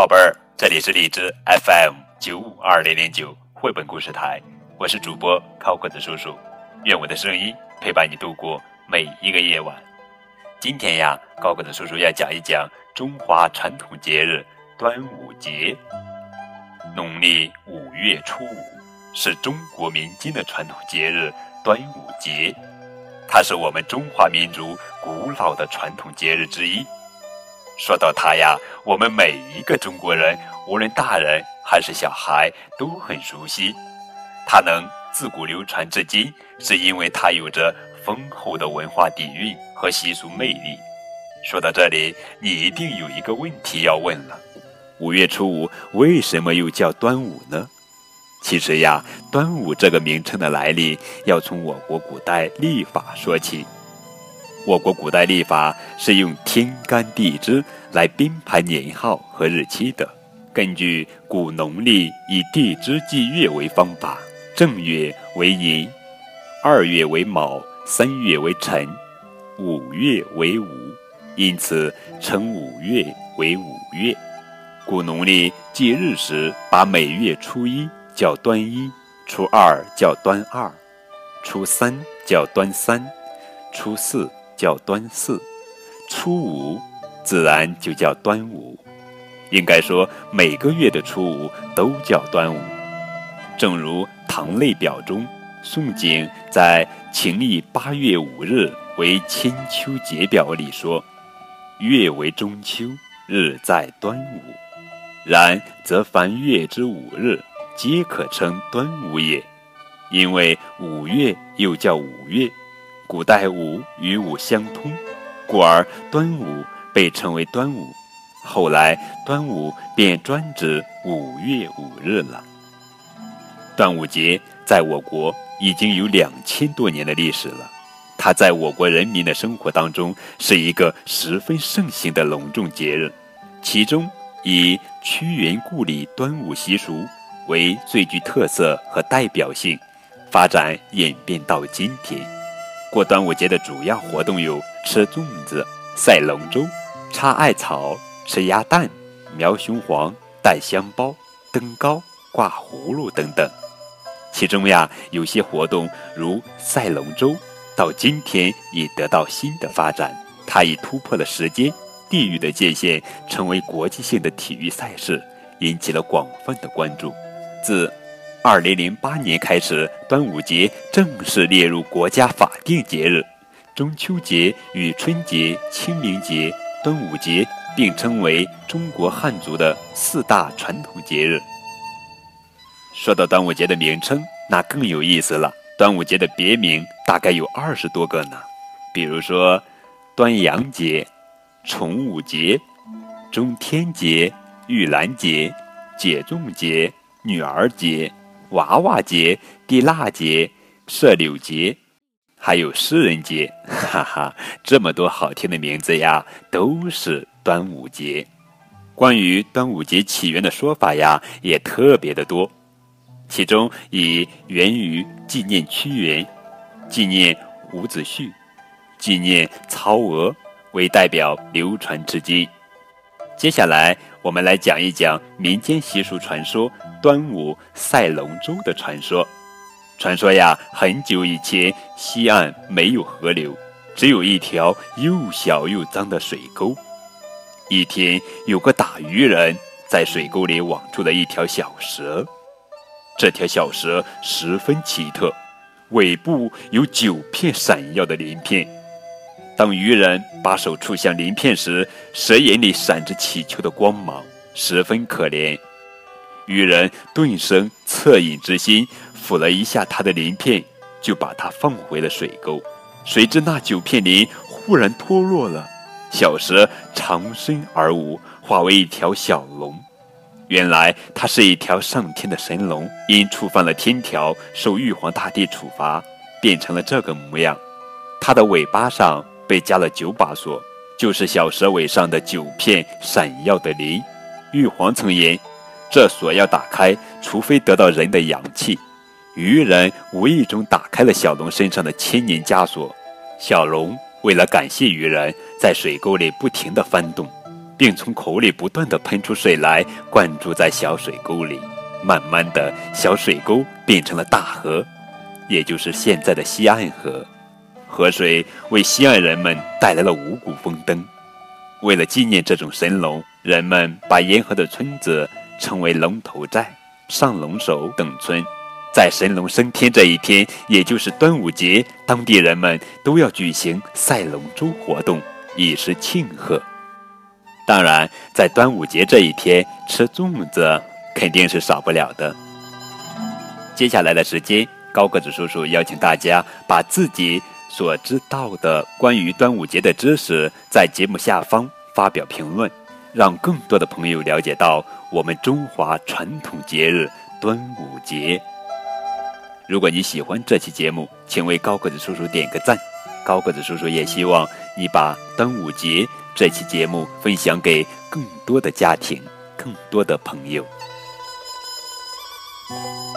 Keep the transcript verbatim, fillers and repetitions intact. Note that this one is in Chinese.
宝贝儿，这里是荔枝 F M 九五二零零九绘本故事台，我是主播高个子叔叔，愿我的声音陪伴你度过每一个夜晚。今天呀，高个子叔叔要讲一讲中华传统节日端午节。农历五月初五是中国民间的传统节日端午节，它是我们中华民族古老的传统节日之一。说到它呀，我们每一个中国人，无论大人还是小孩，都很熟悉。它能自古流传至今，是因为它有着丰厚的文化底蕴和习俗魅力。说到这里，你一定有一个问题要问了：五月初五为什么又叫端午呢？其实呀，端午这个名称的来历要从我国古代历法说起。我国古代历法是用天干地支来编排年号和日期的，根据古农历以地支纪月为方法，正月为寅，二月为卯，三月为辰，五月为午，因此称五月为五月。古农历记日时，把每月初一叫端一，初二叫端二，初三叫端三，初四叫端四，初五自然就叫端午。应该说每个月的初五都叫端午。正如唐类表中，宋璟在秦历八月五日为千秋节表里说：月为中秋，日在端午。然则凡月之五日，皆可称端午也。因为五月又叫五月，古代五与五相通，故而端午被称为端午。后来端午便专指五月五日了。端午节在我国已经有两千多年的历史了，它在我国人民的生活当中是一个十分盛行的隆重节日，其中以屈原故里端午习俗为最具特色和代表性，发展演变到今天。过端午节的主要活动有吃粽子、赛龙舟、插艾草、吃鸭蛋、描雄黄、带香包、登高、挂葫芦等等。其中呀，有些活动如赛龙舟，到今天已得到新的发展，它已突破了时间、地域的界限，成为国际性的体育赛事，引起了广泛的关注。自二零零八年开始，端午节正式列入国家法定节日。中秋节与春节、清明节、端午节并称为中国汉族的四大传统节日。说到端午节的名称，那更有意思了。端午节的别名大概有二十多个呢，比如说端阳节、重午节、中天节、玉兰节、解粽节、女儿节、娃娃节、地腊节、射柳节，还有诗人节，哈哈，这么多好听的名字呀，都是端午节。关于端午节起源的说法呀，也特别的多，其中以源于纪念屈原、纪念伍子胥、纪念曹娥为代表流传至今。接下来我们来讲一讲民间习俗传说端午赛龙舟的传说。传说呀，很久以前西岸没有河流，只有一条又小又脏的水沟。一天，有个打鱼人在水沟里网住了一条小蛇。这条小蛇十分奇特，尾部有九片闪耀的鳞片。当渔人把手触向鳞片时，蛇眼里闪着祈求的光芒，十分可怜。渔人顿生恻隐之心，抚了一下它的鳞片，就把它放回了水沟。谁知那九片鳞忽然脱落了，小蛇长身而舞，化为一条小龙。原来它是一条上天的神龙，因触犯了天条，受玉皇大帝处罚，变成了这个模样。它的尾巴上被加了九把锁，就是小蛇尾上的九片闪耀的鳞。玉皇曾言，这锁要打开，除非得到人的阳气。渔人无意中打开了小龙身上的千年枷锁，小龙为了感谢渔人，在水沟里不停地翻动。 并从口里不断地喷出水来，灌注在小水沟里。慢慢的，小水沟变成了大河，也就是现在的西岸河。河水为西岸人们带来了五谷丰登。为了纪念这种神龙，人们把沿河的村子称为龙头寨、上龙首等村。在神龙升天这一天，也就是端午节，当地人们都要举行赛龙舟活动，以示庆贺。当然，在端午节这一天，吃粽子肯定是少不了的。接下来的时间，高个子叔叔邀请大家把自己所知道的关于端午节的知识在节目下方发表评论，让更多的朋友了解到我们中华传统节日端午节。如果你喜欢这期节目，请为高个子叔叔点个赞。高个子叔叔也希望你把端午节这期节目分享给更多的家庭、更多的朋友。